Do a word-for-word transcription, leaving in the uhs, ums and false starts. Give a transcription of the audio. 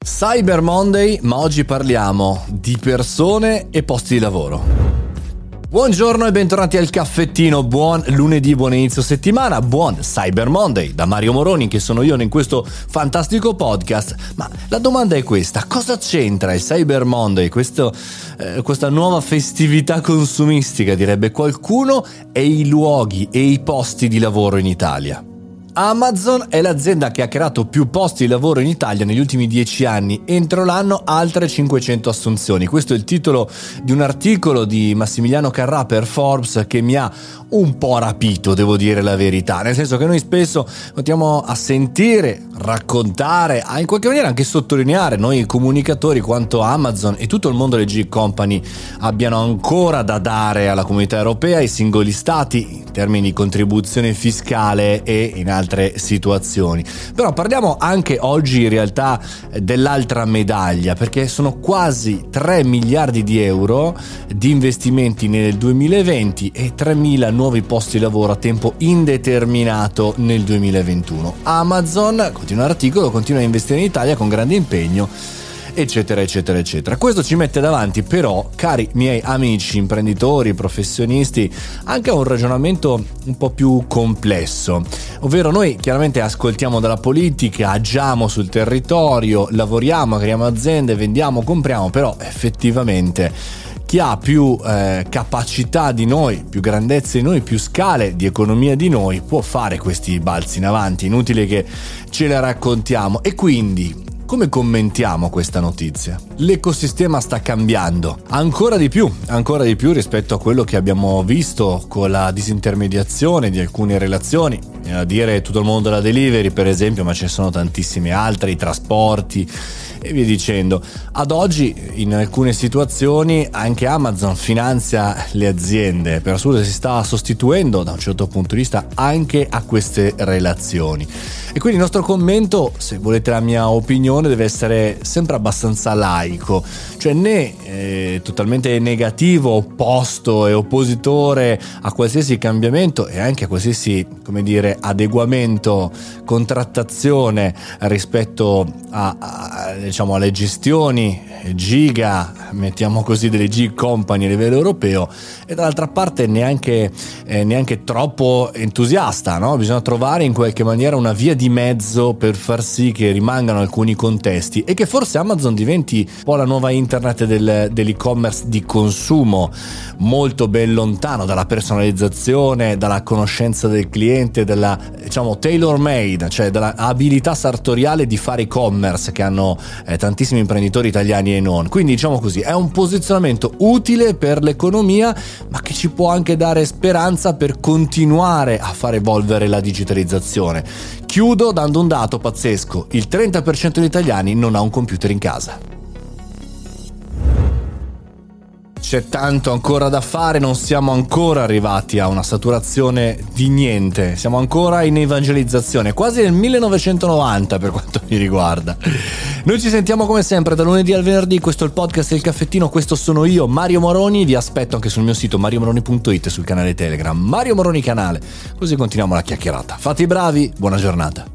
Cyber Monday, ma oggi parliamo di persone e posti di lavoro. Buongiorno e bentornati al caffettino, buon lunedì, buon inizio settimana, buon Cyber Monday da Mario Moroni, che sono io in questo fantastico podcast. Ma la domanda è questa: cosa c'entra il Cyber Monday, questo, eh, questa nuova festività consumistica, direbbe qualcuno, e i luoghi e i posti di lavoro in Italia? Amazon è l'azienda che ha creato più posti di lavoro in Italia negli ultimi dieci anni. Entro l'anno altre cinquecento assunzioni. Questo è il titolo di un articolo di Massimiliano Carrà per Forbes che mi ha un po' rapito, devo dire la verità, nel senso che noi spesso continuiamo a sentire, raccontare, a in qualche maniera anche sottolineare, noi comunicatori, quanto Amazon e tutto il mondo delle gig company abbiano ancora da dare alla comunità europea, ai singoli stati, in termini di contribuzione fiscale e in altre situazioni. Però parliamo anche oggi in realtà dell'altra medaglia, perché sono quasi tre miliardi di euro di investimenti nel duemilaventi e tremila nuovi posti di lavoro a tempo indeterminato nel duemilaventuno. Amazon, continua l'articolo, continua a investire in Italia con grande impegno, eccetera eccetera eccetera. Questo ci mette davanti però, cari miei amici imprenditori, professionisti, anche a un ragionamento un po' più complesso, ovvero noi chiaramente ascoltiamo dalla politica, agiamo sul territorio, lavoriamo, creiamo aziende, vendiamo, compriamo, però effettivamente chi ha più eh, capacità di noi, più grandezza di noi, più scale di economia di noi può fare questi balzi in avanti, inutile che ce le raccontiamo. E quindi come commentiamo questa notizia? L'ecosistema sta cambiando ancora di più, ancora di più rispetto a quello che abbiamo visto con la disintermediazione di alcune relazioni, a dire tutto il mondo della delivery per esempio, ma ce ne sono tantissime altre, i trasporti e via dicendo. Ad oggi in alcune situazioni anche Amazon finanzia le aziende, per assurdo si sta sostituendo da un certo punto di vista anche a queste relazioni. E quindi il nostro commento, se volete la mia opinione, deve essere sempre abbastanza laico, cioè né eh, totalmente negativo, opposto e oppositore a qualsiasi cambiamento e anche a qualsiasi, come dire, adeguamento, contrattazione rispetto a, a diciamo alle gestioni giga, mettiamo così, delle gig company a livello europeo, e dall'altra parte neanche eh, neanche troppo entusiasta, no? Bisogna trovare in qualche maniera una via di mezzo per far sì che rimangano alcuni contesti e che forse Amazon diventi un po' la nuova internet del, dell'e-commerce di consumo, molto ben lontano dalla personalizzazione, dalla conoscenza del cliente, dalla, diciamo, tailor made, cioè dalla abilità sartoriale di fare e-commerce che hanno eh, tantissimi imprenditori italiani e non. Quindi diciamo così, è un posizionamento utile per l'economia, ma che ci può anche dare speranza per continuare a far evolvere la digitalizzazione. Chiudo dando un dato pazzesco: il trenta per cento degli italiani non ha un computer in casa. C'è tanto ancora da fare, non siamo ancora arrivati a una saturazione di niente, siamo ancora in evangelizzazione, quasi nel millenovecentonovanta per quanto mi riguarda. Noi ci sentiamo come sempre da lunedì al venerdì, questo è il podcast del caffettino, questo sono io, Mario Moroni, vi aspetto anche sul mio sito mario moroni punto it e sul canale Telegram Mario Moroni Canale, così continuiamo la chiacchierata. Fate i bravi, buona giornata.